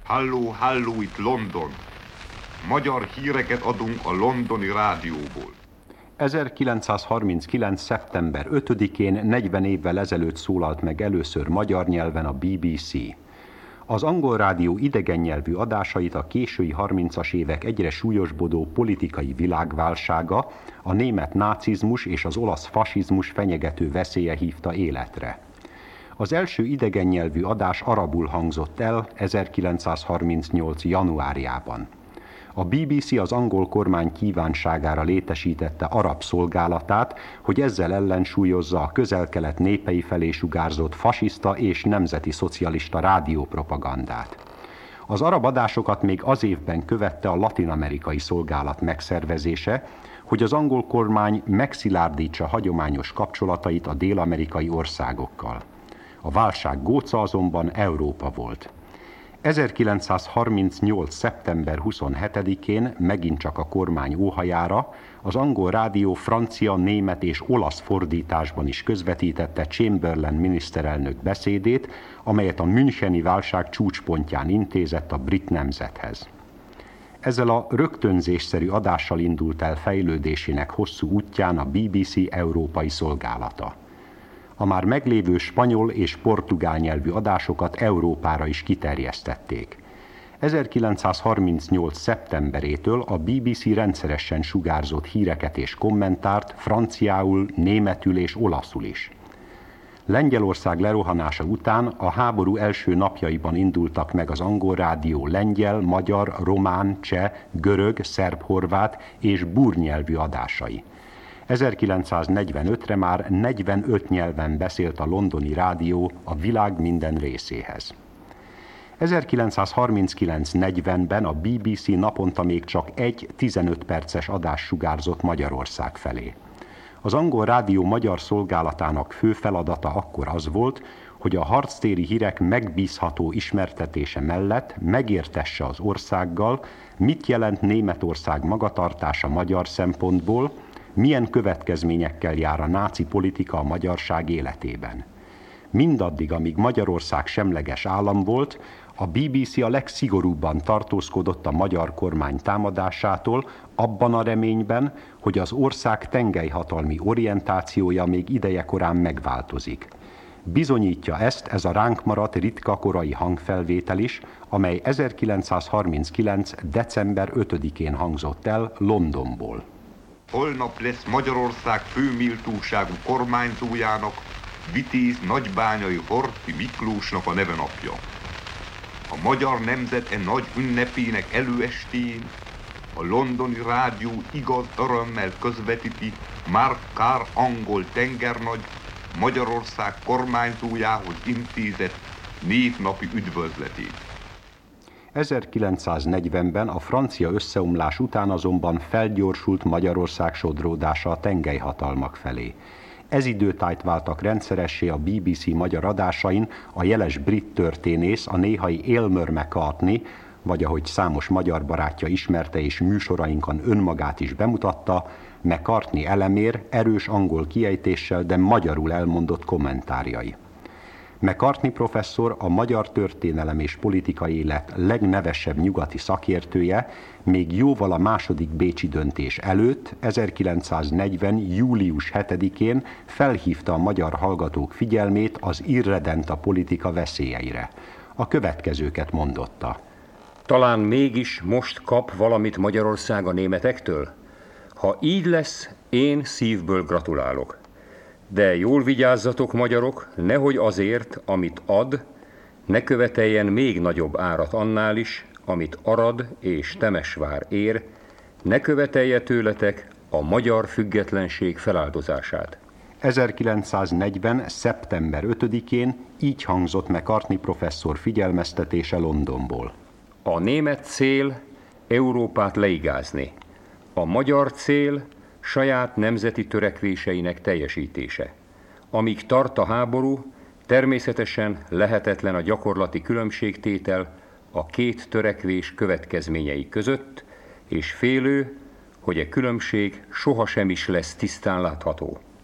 Halló, halló, itt London. Magyar híreket adunk a londoni rádióból. 1939. szeptember 5-én 40 évvel ezelőtt szólalt meg először magyar nyelven a BBC. Az angol rádió idegen nyelvű adásait a késői 30-as évek egyre súlyosbodó politikai világválsága, a német nácizmus és az olasz fasizmus fenyegető veszélye hívta életre. Az első idegen nyelvű adás arabul hangzott el 1938. januárjában. A BBC az angol kormány kívánságára létesítette arab szolgálatát, hogy ezzel ellensúlyozza a Közel-Kelet népei felé sugárzott fasiszta és nemzeti szocialista rádiópropagandát. Az arab adásokat még az évben követte a latin-amerikai szolgálat megszervezése, hogy az angol kormány megszilárdítsa hagyományos kapcsolatait a dél-amerikai országokkal. A válság góca azonban Európa volt. 1938. szeptember 27-én megint csak a kormány óhajára az angol rádió francia, német és olasz fordításban is közvetítette Chamberlain miniszterelnök beszédét, amelyet a müncheni válság csúcspontján intézett a brit nemzethez. Ezzel a rögtönzésszerű adással indult el fejlődésének hosszú útján a BBC európai szolgálata. A már meglévő spanyol és portugál nyelvű adásokat Európára is kiterjesztették. 1938. szeptemberétől a BBC rendszeresen sugárzott híreket és kommentárt franciául, németül és olaszul is. Lengyelország lerohanása után a háború első napjaiban indultak meg az angol rádió lengyel, magyar, román, cseh, görög, szerb-horvát és búr nyelvű adásai. 1945-re már 45 nyelven beszélt a londoni rádió a világ minden részéhez. 1939-40-ben a BBC naponta még csak egy 15 perces adás sugárzott Magyarország felé. Az angol rádió magyar szolgálatának fő feladata akkor az volt, hogy a harctéri hírek megbízható ismertetése mellett megértesse az országgal, mit jelent Németország magatartása magyar szempontból, milyen következményekkel jár a náci politika a magyarság életében. Mindaddig, amíg Magyarország semleges állam volt, a BBC a legszigorúbban tartózkodott a magyar kormány támadásától, abban a reményben, hogy az ország tengelyhatalmi orientációja még idejekorán megváltozik. Bizonyítja ezt ez a ránk maradt ritka korai hangfelvétel is, amely 1939. december 5-én hangzott el Londonból. Holnap lesz Magyarország főméltóságú kormányzójának, Vitéz Nagybányai Horthy Miklósnak a nevenapja. A magyar nemzet nagy ünnepének előestéjén a londoni rádió igaz örömmel közvetíti Mark Carr angol tengernagy Magyarország kormányzójához intézett névnapi üdvözletét. 1940-ben a francia összeomlás után azonban felgyorsult Magyarország sodródása a tengelyhatalmak felé. Ez időtájt váltak rendszeressé a BBC magyar adásain a jeles brit történész, a néhai Aylmer McCartney, vagy ahogy számos magyar barátja ismerte és műsorainkon önmagát is bemutatta, McCartney elemér, erős angol kiejtéssel, de magyarul elmondott kommentárjai. McCartney professzor, a magyar történelem és politikai élet legnevesebb nyugati szakértője, még jóval a második bécsi döntés előtt, 1940. július 7-én felhívta a magyar hallgatók figyelmét az irredenta politika veszélyeire. A következőket mondotta. Talán mégis most kap valamit Magyarország a németektől? Ha így lesz, én szívből gratulálok. De jól vigyázzatok, magyarok, nehogy azért, amit ad, ne követeljen még nagyobb árat annál is, amit Arad és Temesvár ér, ne követelje tőletek a magyar függetlenség feláldozását. 1940. szeptember 5-én így hangzott McCartney professzor figyelmeztetése Londonból. A német cél Európát leigázni, a magyar cél saját nemzeti törekvéseinek teljesítése. Amíg tart a háború, természetesen lehetetlen a gyakorlati különbségtétel a két törekvés következményei között, és félő, hogy a különbség sohasem is lesz tisztán látható.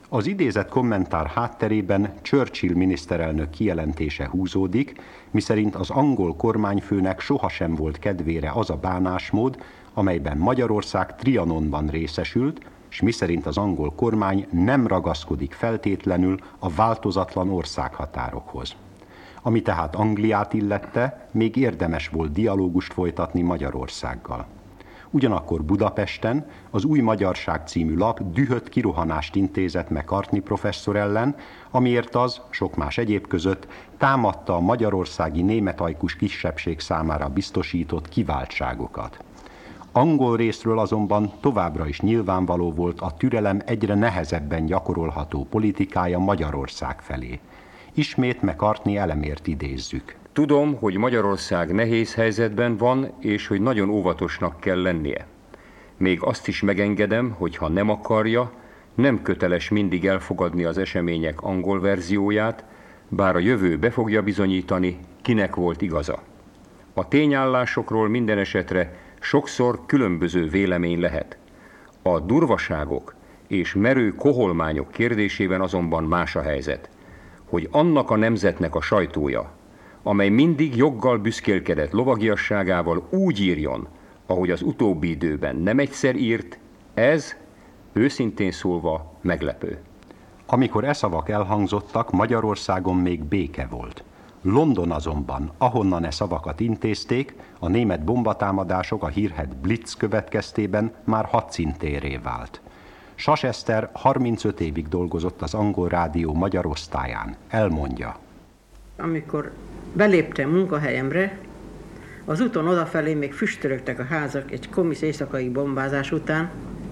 Az idézett kommentár hátterében Churchill miniszterelnök kijelentése húzódik, miszerint az angol kormányfőnek sohasem volt kedvére az a bánásmód, amelyben Magyarország Trianonban részesült, s miszerint az angol kormány nem ragaszkodik feltétlenül a változatlan országhatárokhoz. Ami tehát Angliát illette, még érdemes volt dialógust folytatni Magyarországgal. Ugyanakkor Budapesten az Új Magyarság című lap dühött kirohanást intézett McCartney professzor ellen, amiért az, sok más egyéb között, támadta a magyarországi németajkus kisebbség számára biztosított kiváltságokat. Angol részről azonban továbbra is nyilvánvaló volt a türelem egyre nehezebben gyakorolható politikája Magyarország felé. Ismét McCartney elemért idézzük. Tudom, hogy Magyarország nehéz helyzetben van, és hogy nagyon óvatosnak kell lennie. Még azt is megengedem, hogy ha nem akarja, nem köteles mindig elfogadni az események angol verzióját, bár a jövő be fogja bizonyítani, kinek volt igaza. A tényállásokról minden esetre sokszor különböző vélemény lehet. A durvaságok és merő koholmányok kérdésében azonban más a helyzet, hogy annak a nemzetnek a sajtója, amely mindig joggal büszkélkedett lovagiasságával úgy írjon, ahogy az utóbbi időben nem egyszer írt, ez, őszintén szólva, meglepő. Amikor e szavak elhangzottak, Magyarországon még béke volt. London azonban, ahonnan e szavakat intézték, a német bombatámadások a hírhedt Blitz következtében már hadszíntérré vált. Sas Eszter 35 évig dolgozott az Angol Rádió magyar osztályán. Elmondja. Amikor beléptem munkahelyemre, az úton odafelé még füstölögtek a házak egy komisz éjszakai bombázás után,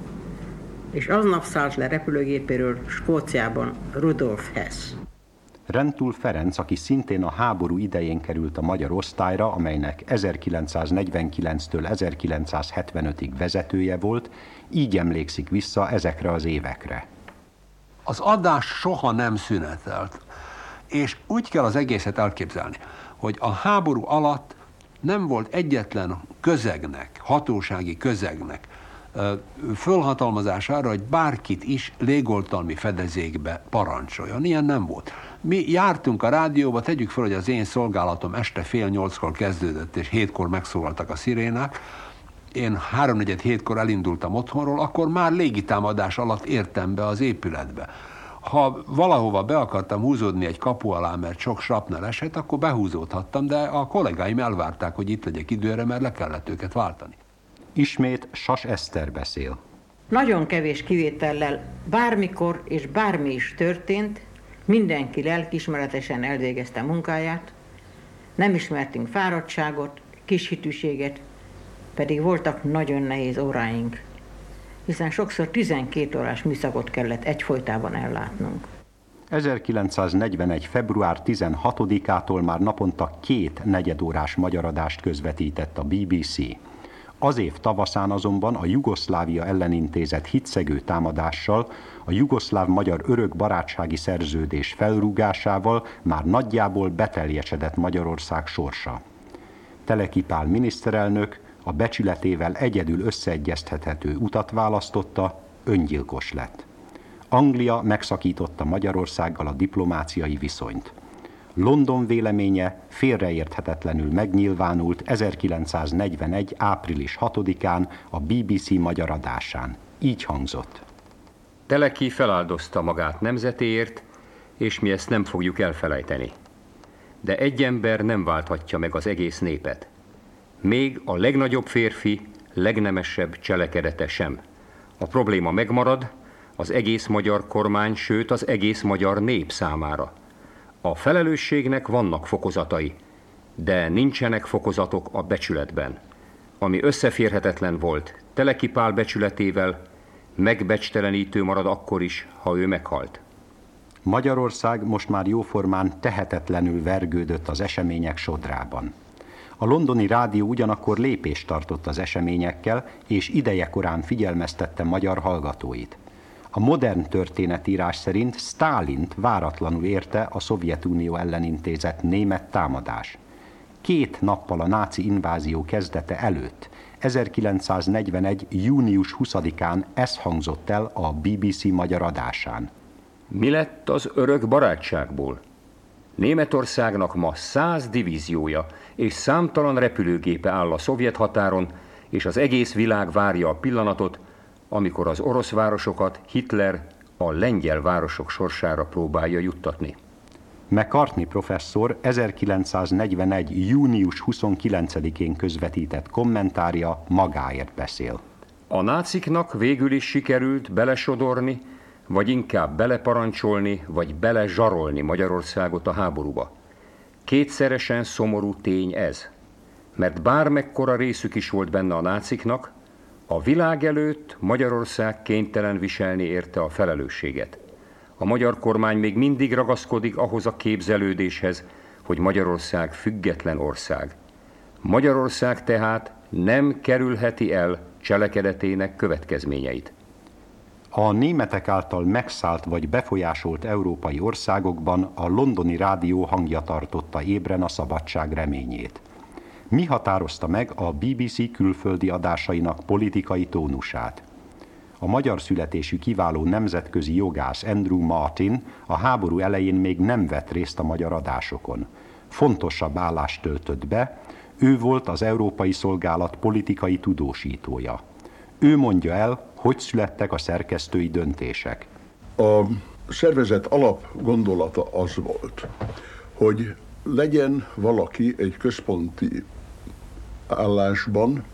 és aznap szállt le repülőgépéről Skóciában Rudolf Hess. Rentul Ferenc, aki szintén a háború idején került a magyar osztályra, amelynek 1949-től 1975-ig vezetője volt, így emlékszik vissza ezekre az évekre. Az adás soha nem szünetelt, és úgy kell az egészet elképzelni, hogy a háború alatt nem volt egyetlen közegnek, hatósági közegnek fölhatalmazására, hogy bárkit is légoltalmi fedezékbe parancsoljon. Ilyen nem volt. Mi jártunk a rádióba, tegyük fel, hogy az én szolgálatom este 7:30-kor kezdődött, és 7-kor megszólaltak a szirénák. Én 6:45-kor elindultam otthonról, akkor már légitámadás alatt értem be az épületbe. Ha valahova be akartam húzódni egy kapu alá, mert sok srapnel esett, akkor behúzódhattam, de a kollégáim elvárták, hogy itt legyek időre, mert le kellett őket váltani. Ismét Sas Eszter beszél. Nagyon kevés kivétellel bármikor és bármi is történt, mindenki lelkiismeretesen elvégezte munkáját, nem ismertünk fáradtságot, kishitűséget, pedig voltak nagyon nehéz óráink, hiszen sokszor 12 órás műszakot kellett egyfolytában ellátnunk. 1941. február 16-ától már naponta 2 negyedórás magyar adást közvetített a BBC. Az év tavaszán azonban a Jugoszlávia ellen intézett hitszegő támadással, a jugoszláv-magyar örök barátsági szerződés felrúgásával már nagyjából beteljesedett Magyarország sorsa. Teleki Pál miniszterelnök a becsületével egyedül összeegyeztethető utat választotta, öngyilkos lett. Anglia megszakította Magyarországgal a diplomáciai viszonyt. London véleménye félreérthetetlenül megnyilvánult 1941. április 6-án a BBC magyar adásán. Így hangzott. Teleki feláldozta magát nemzetéért, és mi ezt nem fogjuk elfelejteni. De egy ember nem válthatja meg az egész népet. Még a legnagyobb férfi, legnemesebb cselekedete sem. A probléma megmarad az egész magyar kormány, sőt az egész magyar nép számára. A felelősségnek vannak fokozatai, de nincsenek fokozatok a becsületben. Ami összeférhetetlen volt Teleki Pál becsületével, megbecstelenítő marad akkor is, ha ő meghalt. Magyarország most már jóformán tehetetlenül vergődött az események sodrában. A londoni rádió ugyanakkor lépést tartott az eseményekkel, és idejekorán figyelmeztette magyar hallgatóit. A modern történetírás szerint Sztálint váratlanul érte a Szovjetunió ellen intézett német támadás. 2 nappal a náci invázió kezdete előtt, 1941. június 20-án ez hangzott el a BBC magyar adásán. Mi lett az örök barátságból? Németországnak ma 100 divíziója és számtalan repülőgépe áll a szovjet határon, és az egész világ várja a pillanatot, amikor az orosz városokat Hitler a lengyel városok sorsára próbálja juttatni. McCartney professzor 1941. június 29-én közvetített kommentárja magáért beszél. A náciknak végül is sikerült belesodorni, vagy inkább beleparancsolni, vagy belezsarolni Magyarországot a háborúba. Kétszeresen szomorú tény ez, mert bármekkora részük is volt benne a náciknak, a világ előtt Magyarország kénytelen viselni érte a felelősséget. A magyar kormány még mindig ragaszkodik ahhoz a képzelődéshez, hogy Magyarország független ország. Magyarország tehát nem kerülheti el cselekedetének következményeit. A németek által megszállt vagy befolyásolt európai országokban a londoni rádió hangja tartotta ébren a szabadság reményét. Mi határozta meg a BBC külföldi adásainak politikai tónusát? A magyar születésű kiváló nemzetközi jogász Andrew Martin a háború elején még nem vett részt a magyar adásokon. Fontosabb állást töltött be, ő volt az Európai Szolgálat politikai tudósítója. Ő mondja el, hogy születtek a szerkesztői döntések. A szervezet alapgondolata az volt, hogy legyen valaki egy központi állásban,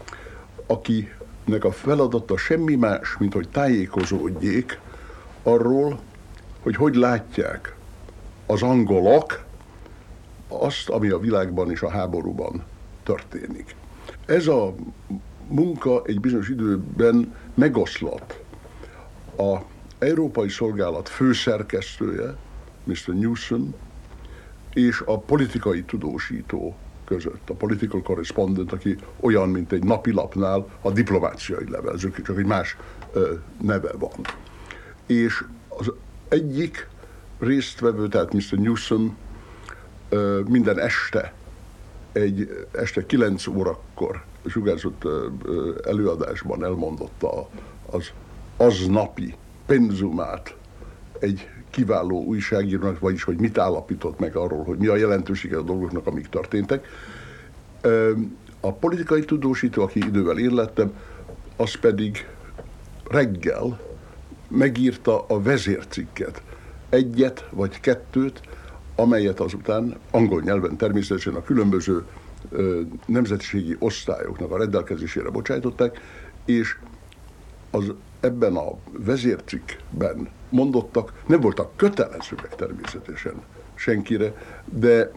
akinek a feladata semmi más, mint hogy tájékozódjék arról, hogy látják az angolok azt, ami a világban és a háborúban történik. Ez a munka egy bizonyos időben megoszlott. Az Európai Szolgálat főszerkesztője, Mr. Newson, és a politikai tudósító között, a political correspondent, aki olyan, mint egy napilapnál a diplomáciai level, csak egy más neve van. És az egyik résztvevő, tehát Mr. Newson minden este 9 órakor sugárzott előadásban elmondotta az aznapi penzumát egy kiváló újságírónak, vagyis hogy mit állapított meg arról, hogy mi a jelentősége a dolgoknak, amik történtek. A politikai tudósító, aki idővel én lettem, az pedig reggel megírta a vezércikket, egyet vagy kettőt, amelyet azután angol nyelven természetesen a különböző nemzetiségi osztályoknak a rendelkezésére bocsájtották, és ebben a vezércikkben mondottak, nem voltak kötelezőek természetesen senkire, de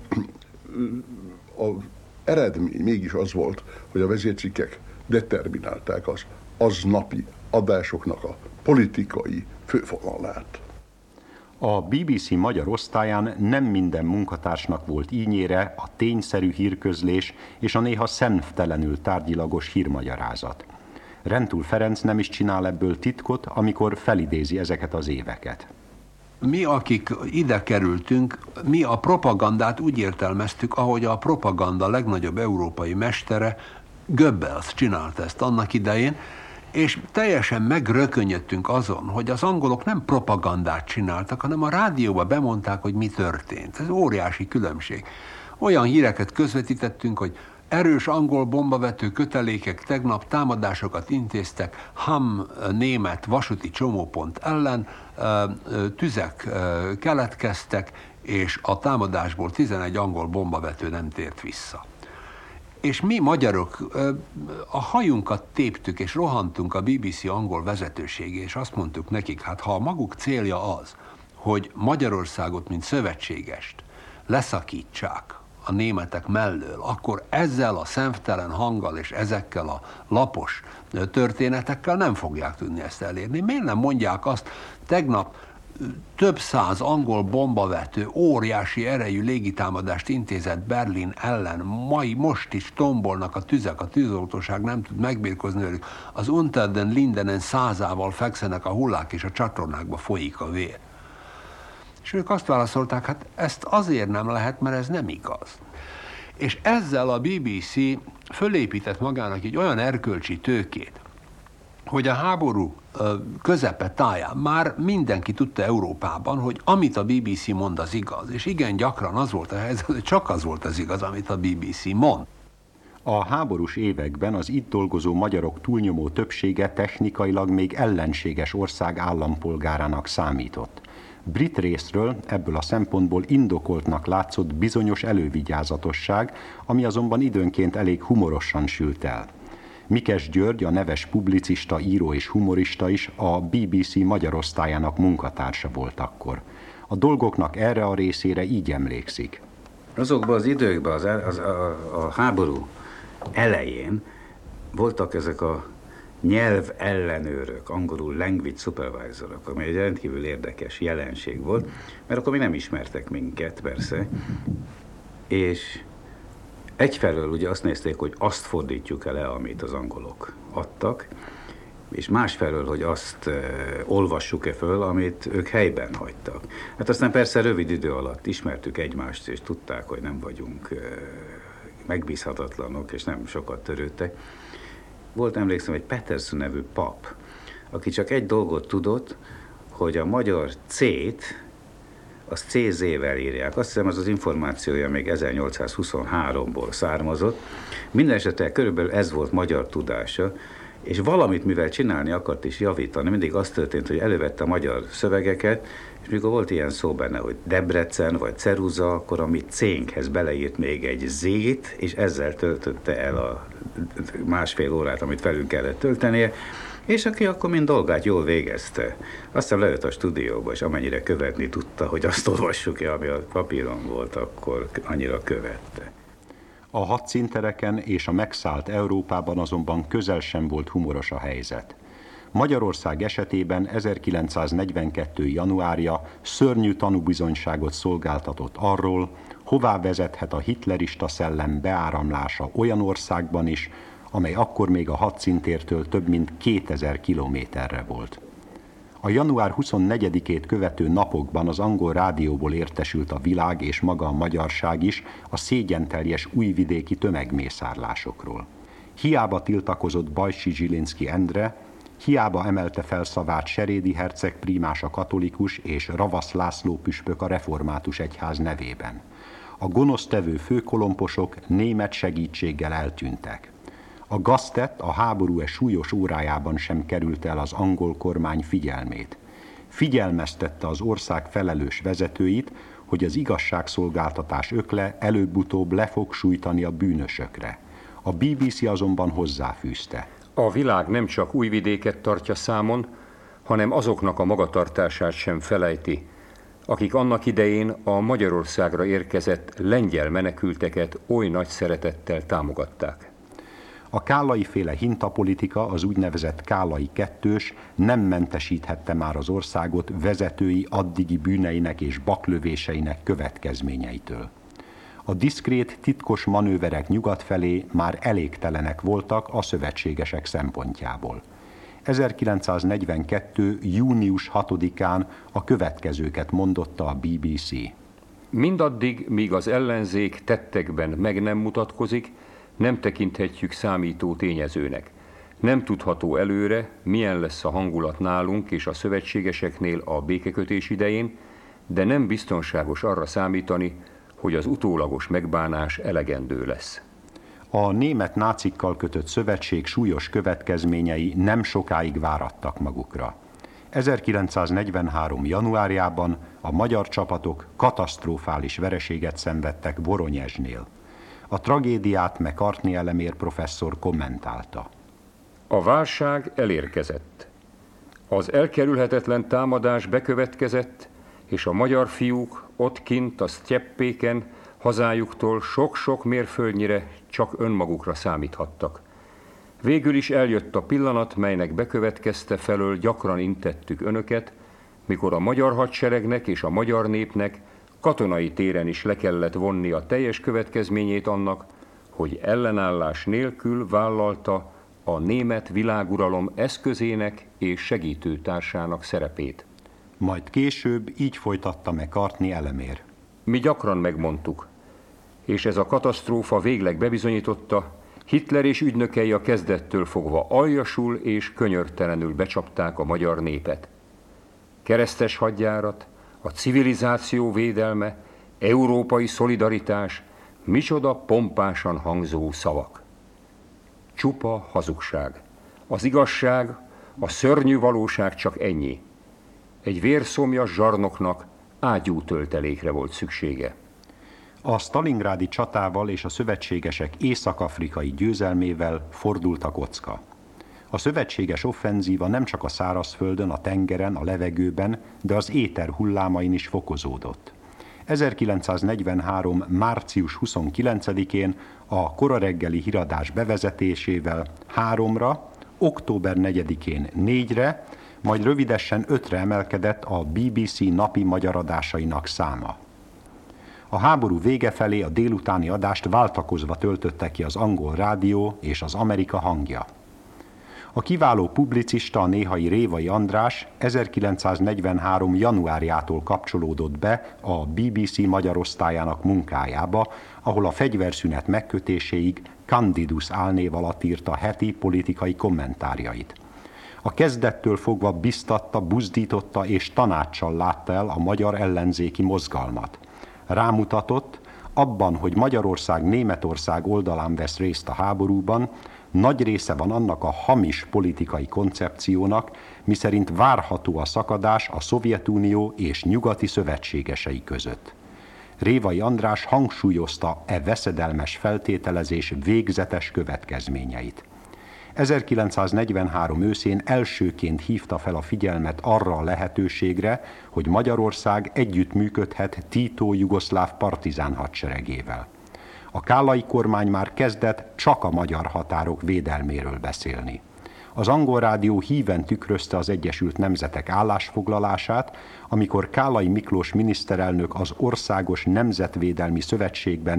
az eredmény mégis az volt, hogy a vezércikkek determinálták az aznapi adásoknak a politikai fővonalát. A BBC magyar osztályán nem minden munkatársnak volt ínyére a tényszerű hírközlés és a néha szenvtelenül tárgyilagos hírmagyarázat. Rentul Ferenc nem is csinál ebből titkot, amikor felidézi ezeket az éveket. Mi, akik ide kerültünk, mi a propagandát úgy értelmeztük, ahogy a propaganda legnagyobb európai mestere, Goebbels csinálta ezt annak idején, és teljesen megrökönyödtünk azon, hogy az angolok nem propagandát csináltak, hanem a rádióba bemondták, hogy mi történt. Ez óriási különbség. Olyan híreket közvetítettünk, hogy erős angol bombavető kötelékek tegnap támadásokat intéztek Hamm német vasúti csomópont ellen, tüzek keletkeztek, és a támadásból 11 angol bombavető nem tért vissza. És mi magyarok a hajunkat téptük, és rohantunk a BBC angol vezetőségé, és azt mondtuk nekik, hát ha a maguk célja az, hogy Magyarországot, mint szövetségest leszakítsák a németek mellől, akkor ezzel a szemtelen hanggal és ezekkel a lapos történetekkel nem fogják tudni ezt elérni. Miért nem mondják azt, tegnap több száz angol bombavető óriási erejű légitámadást intézett Berlin ellen, most is tombolnak a tüzek, a tűzoltóság nem tud megbirkózni velük, az Unter den Lindenen 100-ával fekszenek a hullák, és a csatornákba folyik a vér. És ők azt válaszolták, hát ezt azért nem lehet, mert ez nem igaz. És ezzel a BBC fölépített magának egy olyan erkölcsi tőkét, hogy a háború közepe táján már mindenki tudta Európában, hogy amit a BBC mond, az igaz. És igen, gyakran az volt a helyzet, hogy csak az volt az igaz, amit a BBC mond. A háborús években az itt dolgozó magyarok túlnyomó többsége technikailag még ellenséges ország állampolgárának számított. Brit részről ebből a szempontból indokoltnak látszott bizonyos elővigyázatosság, ami azonban időnként elég humorosan sült el. Mikes György, a neves publicista, író és humorista is a BBC magyar osztályának munkatársa volt akkor. A dolgoknak erre a részére így emlékszik. Azokban az időkben, a háború elején voltak ezek a nyelv ellenőrök, angolul language supervisorok, ami egy rendkívül érdekes jelenség volt, mert akkor még nem ismertek minket, persze, és egyfelől ugye azt nézték, hogy azt fordítjuk el, amit az angolok adtak, és másfelől, hogy azt olvassuk-e föl, amit ők helyben hagytak. Hát aztán persze rövid idő alatt ismertük egymást, és tudták, hogy nem vagyunk megbízhatatlanok, és nem sokat törődtek. Volt, emlékszem, egy Peterson nevű pap, aki csak egy dolgot tudott, hogy a magyar C-t, az CZ-vel írják. Azt hiszem, az információja még 1823-ból származott. Mindenesetre körülbelül ez volt magyar tudása, és valamit, mivel csinálni akart és javítani, mindig az történt, hogy elővette a magyar szövegeket, és mikor volt ilyen szó benne, hogy Debrecen vagy Ceruza, akkor a mi C-nkhez beleírt még egy Z-t, és ezzel töltötte el a másfél órát, amit velünk kellett töltenie, és aki akkor mind dolgát jól végezte. Aztán lejött a stúdióba, és amennyire követni tudta, hogy azt olvassuk-e, ami a papíron volt, akkor annyira követte. A hadszíntereken és a megszállt Európában azonban közel sem volt humoros a helyzet. Magyarország esetében 1942. januárja szörnyű tanúbizonyságot szolgáltatott arról, hová vezethet a hitlerista szellem beáramlása olyan országban is, amely akkor még a hadszíntértől több mint 2000 kilométerre volt. A január 24-ét követő napokban az angol rádióból értesült a világ és maga a magyarság is a szégyenteljes újvidéki tömegmészárlásokról. Hiába tiltakozott Bajcsy Zsilinszky Endre, hiába emelte fel szavát Serédi herceg prímás a katolikus és Ravasz László püspök a református egyház nevében. A gonosztevő főkolomposok német segítséggel eltűntek. A gaztett a háború súlyos órájában sem került el az angol kormány figyelmét. Figyelmeztette az ország felelős vezetőit, hogy az igazságszolgáltatás ökle előbb-utóbb le fog sújtani a bűnösökre. A BBC azonban hozzáfűzte. A világ nem csak Újvidéket tartja számon, hanem azoknak a magatartását sem felejti, akik annak idején a Magyarországra érkezett lengyel menekülteket oly nagy szeretettel támogatták. A kállai-féle hintapolitika, az úgynevezett kállai kettős nem mentesíthette már az országot vezetői addigi bűneinek és baklövéseinek következményeitől. A diszkrét, titkos manőverek nyugat felé már elégtelenek voltak a szövetségesek szempontjából. 1942. június 6-án a következőket mondotta a BBC. Mindaddig, míg az ellenzék tettekben meg nem mutatkozik, nem tekinthetjük számító tényezőnek. Nem tudható előre, milyen lesz a hangulat nálunk és a szövetségeseknél a békekötés idején, de nem biztonságos arra számítani, hogy az utólagos megbánás elegendő lesz. A német nácikkal kötött szövetség súlyos következményei nem sokáig várattak magukra. 1943. januárjában a magyar csapatok katasztrofális vereséget szenvedtek Voronyezsnél. A tragédiát McCartney Elemér professzor kommentálta. A válság elérkezett. Az elkerülhetetlen támadás bekövetkezett, és a magyar fiúk ott kint a sztyeppéken hazájuktól sok-sok mérföldnyire csak önmagukra számíthattak. Végül is eljött a pillanat, melynek bekövetkezte felől gyakran intettük önöket, mikor a magyar hadseregnek és a magyar népnek katonai téren is le kellett vonni a teljes következményét annak, hogy ellenállás nélkül vállalta a német világuralom eszközének és segítőtársának szerepét. Majd később így folytatta McCartney Elemér. Mi gyakran megmondtuk, és ez a katasztrófa végleg bebizonyította, Hitler és ügynökei a kezdettől fogva aljasul és könyörtelenül becsapták a magyar népet. Keresztes hadjárat, a civilizáció védelme, európai szolidaritás, micsoda pompásan hangzó szavak. Csupa hazugság. Az igazság, a szörnyű valóság csak ennyi. Egy vérszomjas zsarnoknak ágyú töltelékre volt szüksége. A sztalingrádi csatával és a szövetségesek észak-afrikai győzelmével fordult a kocka. A szövetséges offenzíva nem csak a szárazföldön, a tengeren, a levegőben, de az éter hullámain is fokozódott. 1943. március 29-én a korareggeli híradás bevezetésével 3-ra, október 4-én 4-re, majd rövidesen 5-re emelkedett a BBC napi magyar adásainak száma. A háború vége felé a délutáni adást váltakozva töltötte ki az angol rádió és az Amerika hangja. A kiváló publicista, a néhai Révai András 1943. januárjától kapcsolódott be a BBC magyar osztályának munkájába, ahol a fegyverszünet megkötéséig Candidus álnév alatt írta heti politikai kommentárjait. A kezdettől fogva biztatta, buzdította és tanáccsal látta el a magyar ellenzéki mozgalmat. Rámutatott, abban, hogy Magyarország Németország oldalán vesz részt a háborúban, nagy része van annak a hamis politikai koncepciónak, miszerint várható a szakadás a Szovjetunió és nyugati szövetségesei között. Révai András hangsúlyozta e veszedelmes feltételezés végzetes következményeit. 1943 őszén elsőként hívta fel a figyelmet arra a lehetőségre, hogy Magyarország együttműködhet Tito jugoszláv partizán hadseregével. A kállai kormány már kezdett csak a magyar határok védelméről beszélni. Az angol rádió híven tükrözte az Egyesült Nemzetek állásfoglalását, amikor Kállai Miklós miniszterelnök az Országos Nemzetvédelmi Szövetségben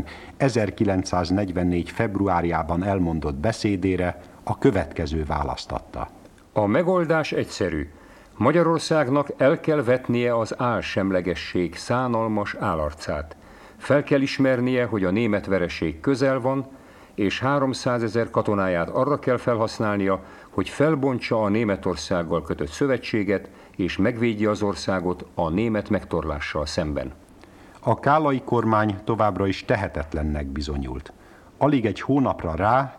1944. februárjában elmondott beszédére a következő választ adta. A megoldás egyszerű. Magyarországnak el kell vetnie az álsemlegesség szánalmas állarcát. Fel kell ismernie, hogy a német vereség közel van, és 300 000 katonáját arra kell felhasználnia, hogy felbontsa a Németországgal kötött szövetséget, és megvédje az országot a német megtorlással szemben. A kállai kormány továbbra is tehetetlennek bizonyult. Alig egy hónapra rá,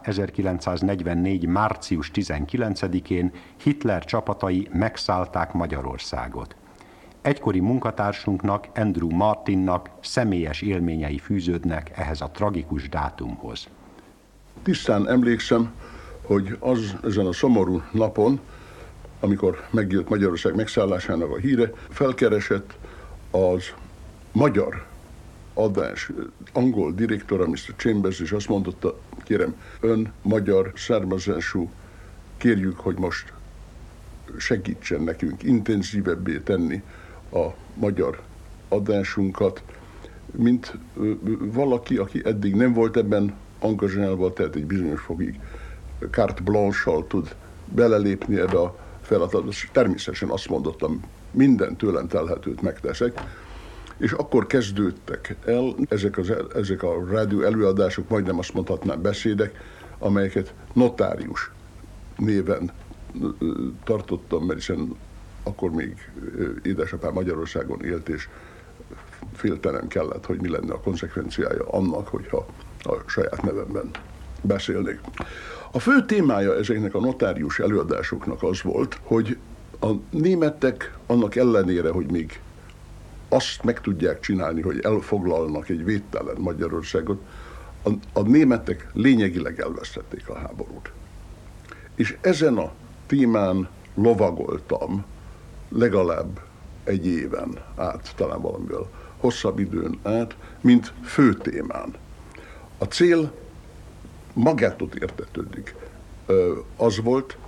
1944. március 19-én Hitler csapatai megszállták Magyarországot. Egykori munkatársunknak, Andrew Martinnak személyes élményei fűződnek ehhez a tragikus dátumhoz. Tisztán emlékszem, hogy ezen a szomorú napon, amikor megjött Magyarország megszállásának a híre, felkeresett az magyar adás angol direktora, Mr. Chambers, és azt mondotta, kérem, ön magyar származású, kérjük, hogy most segítsen nekünk intenzívebbé tenni a magyar adásunkat, mint valaki, aki eddig nem volt ebben angazsálva, tehát egy bizonyos fokig carte blanche-sal tud belelépni ebbe a feladatba. Természetesen azt mondottam, minden tőlem telhetőt megteszek, és akkor kezdődtek el ezek a rádió előadások, majdnem azt mondhatnám beszédek, amelyeket notárius néven tartottam, mert hiszen akkor még édesapám Magyarországon élt, és féltenem kellett, hogy mi lenne a konzekvenciája annak, hogyha a saját nevemben beszélnék. A fő témája ezeknek a notárius előadásoknak az volt, hogy a németek annak ellenére, hogy még azt meg tudják csinálni, hogy elfoglalnak egy védtelen Magyarországot, a németek lényegileg elvesztették a háborút. És ezen a témán lovagoltam legalább egy éven át, talán valamivel hosszabb időn át, mint fő témán. A cél magától értetődik. Az volt,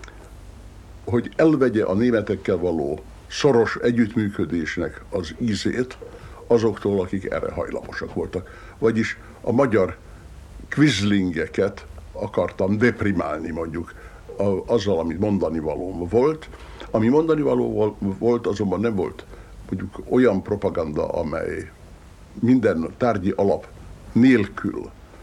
hogy elvegye a németekkel való szoros együttműködésnek az ízét azoktól, akik erre hajlamosak voltak. Vagyis a magyar quizlingeket akartam deprimálni, mondjuk, azzal, amit mondani valóm volt. Ami mondani való volt, azonban nem volt mondjuk olyan propaganda, amely minden tárgyi alap nélkül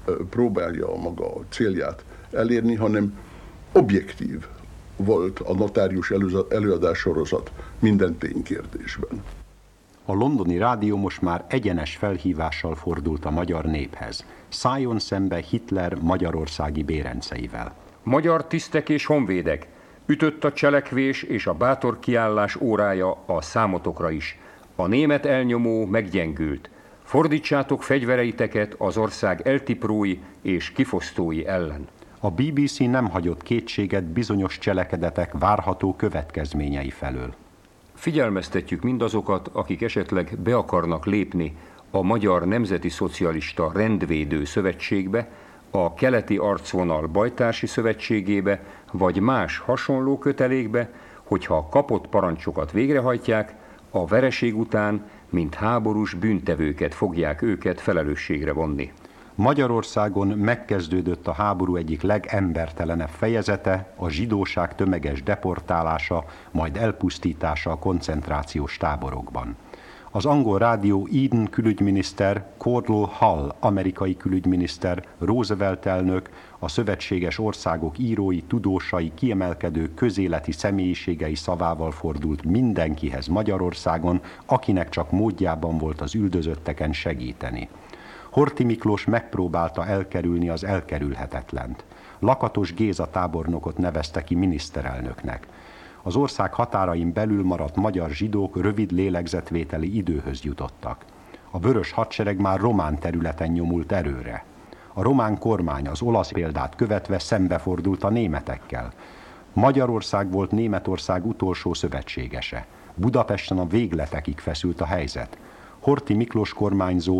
próbálja a maga célját elérni, hanem objektív volt a notárius előadássorozat minden ténykérdésben. A londoni rádió most már egyenes felhívással fordult a magyar néphez. Szálljon szembe Hitler magyarországi bérenceivel. Magyar tisztek és honvédek, ütött a cselekvés és a bátor kiállás órája a számotokra is. A német elnyomó meggyengült. Fordítsátok fegyvereiteket az ország eltiprói és kifosztói ellen. A BBC nem hagyott kétséget bizonyos cselekedetek várható következményei felől. Figyelmeztetjük mindazokat, akik esetleg be akarnak lépni a Magyar Nemzeti Szocialista Rendvédő Szövetségbe, a Keleti Arcvonal Bajtársi Szövetségébe, vagy más hasonló kötelékbe, hogyha a kapott parancsokat végrehajtják, a vereség után, mint háborús bűntevőket fogják őket felelősségre vonni. Magyarországon megkezdődött a háború egyik legembertelenebb fejezete, a zsidóság tömeges deportálása, majd elpusztítása a koncentrációs táborokban. Az angol rádió Eden külügyminiszter, Cordell Hull amerikai külügyminiszter, Roosevelt elnök, a szövetséges országok írói, tudósai, kiemelkedő közéleti személyiségei szavával fordult mindenkihez Magyarországon, akinek csak módjában volt az üldözötteken segíteni. Horthy Miklós megpróbálta elkerülni az elkerülhetetlent. Lakatos Géza tábornokot nevezte ki miniszterelnöknek. Az ország határain belül maradt magyar zsidók rövid lélegzetvételi időhöz jutottak. A Vörös Hadsereg már román területen nyomult erőre. A román kormány az olasz példát követve szembefordult a németekkel. Magyarország volt Németország utolsó szövetségese. Budapesten a végletekig feszült a helyzet. Horthy Miklós kormányzó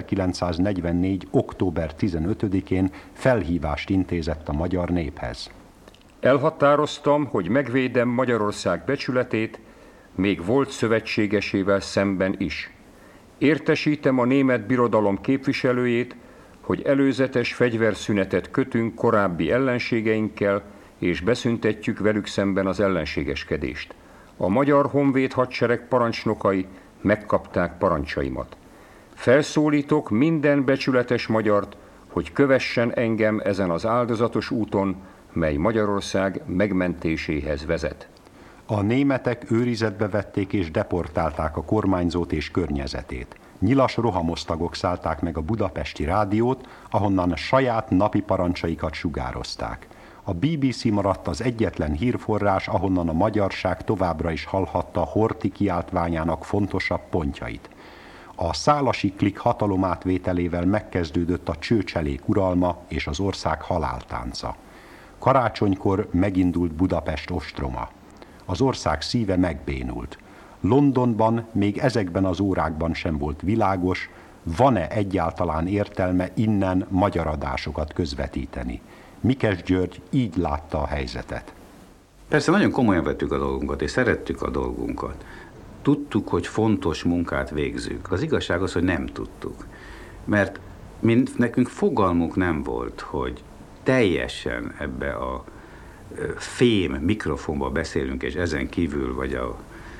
1944. október 15-én felhívást intézett a magyar néphez. Elhatároztam, hogy megvédem Magyarország becsületét, még volt szövetségesével szemben is. Értesítem a német birodalom képviselőjét, hogy előzetes fegyverszünetet kötünk korábbi ellenségeinkkel, és beszüntetjük velük szemben az ellenségeskedést. A magyar honvéd hadsereg parancsnokai megkapták parancsaimat. Felszólítok minden becsületes magyart, hogy kövessen engem ezen az áldozatos úton, mely Magyarország megmentéséhez vezet. A németek őrizetbe vették és deportálták a kormányzót és környezetét. Nyilas rohamosztagok szállták meg a budapesti rádiót, ahonnan a saját napi parancsaikat sugározták. A BBC maradt az egyetlen hírforrás, ahonnan a magyarság továbbra is hallhatta Horthy kiáltványának fontosabb pontjait. A szálasi klik hatalomátvételével megkezdődött a csőcselék uralma és az ország haláltánca. Karácsonykor megindult Budapest ostroma. Az ország szíve megbénult. Londonban még ezekben az órákban sem volt világos, van-e egyáltalán értelme innen magyar adásokat közvetíteni. Mikes György így látta a helyzetet. Persze nagyon komolyan vettük a dolgunkat, és szerettük a dolgunkat. Tudtuk, hogy fontos munkát végzünk. Az igazság az, hogy nem tudtuk. Mert nekünk fogalmunk nem volt, hogy teljesen ebbe a fém mikrofonba beszélünk, és ezen kívül, vagy a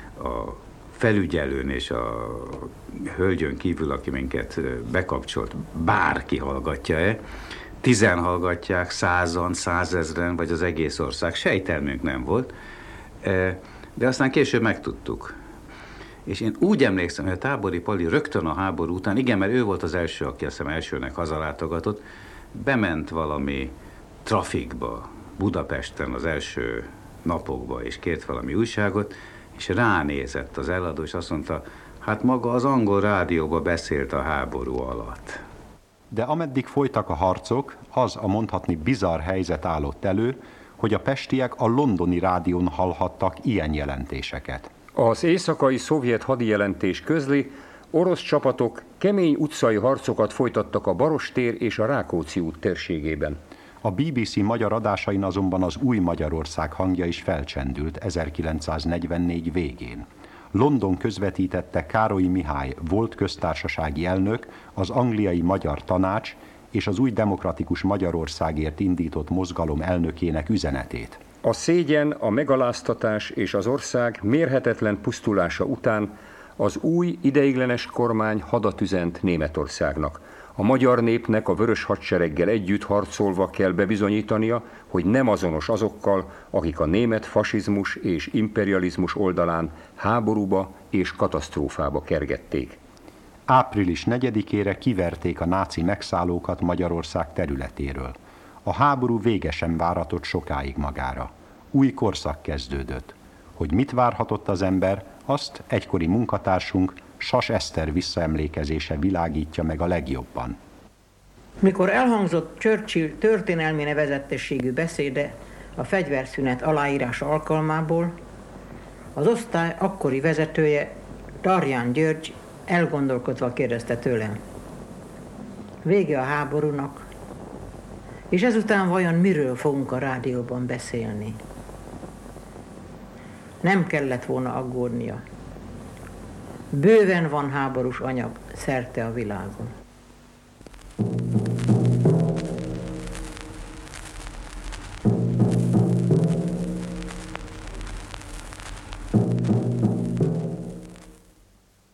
felügyelőn és a hölgyön kívül, aki minket bekapcsolt, bárki hallgatja-e, 10 hallgatják, 100-an, 100 000-en, vagy az egész ország. Sejtelmünk nem volt, de aztán később megtudtuk. És én úgy emlékszem, hogy a Tábori Pali rögtön a háború után, igen, mert ő volt az első, aki azt hiszem elsőnek hazalátogatott, bement valami trafikba Budapesten az első napokba, és kért valami újságot, és ránézett az eladó, és azt mondta, hát maga az angol rádióba beszélt a háború alatt. De ameddig folytak a harcok, az a mondhatni bizarr helyzet állott elő, hogy a pestiek a londoni rádión hallhattak ilyen jelentéseket. Az éjszakai szovjet hadijelentés közli, orosz csapatok kemény utcai harcokat folytattak a Barostér és a Rákóczi út térségében. A BBC magyar adásain azonban az új Magyarország hangja is felcsendült 1944 végén. London közvetítette Károly Mihály, volt köztársasági elnök, az angliai Magyar Tanács és az új demokratikus Magyarországért indított mozgalom elnökének üzenetét. A szégyen, a megaláztatás és az ország mérhetetlen pusztulása után az új ideiglenes kormány hadat üzent Németországnak. A magyar népnek a vörös hadsereggel együtt harcolva kell bebizonyítania, hogy nem azonos azokkal, akik a német fasizmus és imperializmus oldalán háborúba és katasztrófába kergették. Április 4-ére kiverték a náci megszállókat Magyarország területéről. A háború vége sem várhatott sokáig magára. Új korszak kezdődött. Hogy mit várhatott az ember, azt egykori munkatársunk, Sas Eszter visszaemlékezése világítja meg a legjobban. Mikor elhangzott Churchill történelmi nevezetességű beszéde a fegyverszünet aláírása alkalmából, az osztály akkori vezetője, Darján György elgondolkodva kérdezte tőlem: vége a háborúnak, és ezután vajon miről fogunk a rádióban beszélni? Nem kellett volna aggódnia. Bőven van háborús anyag szerte a világon.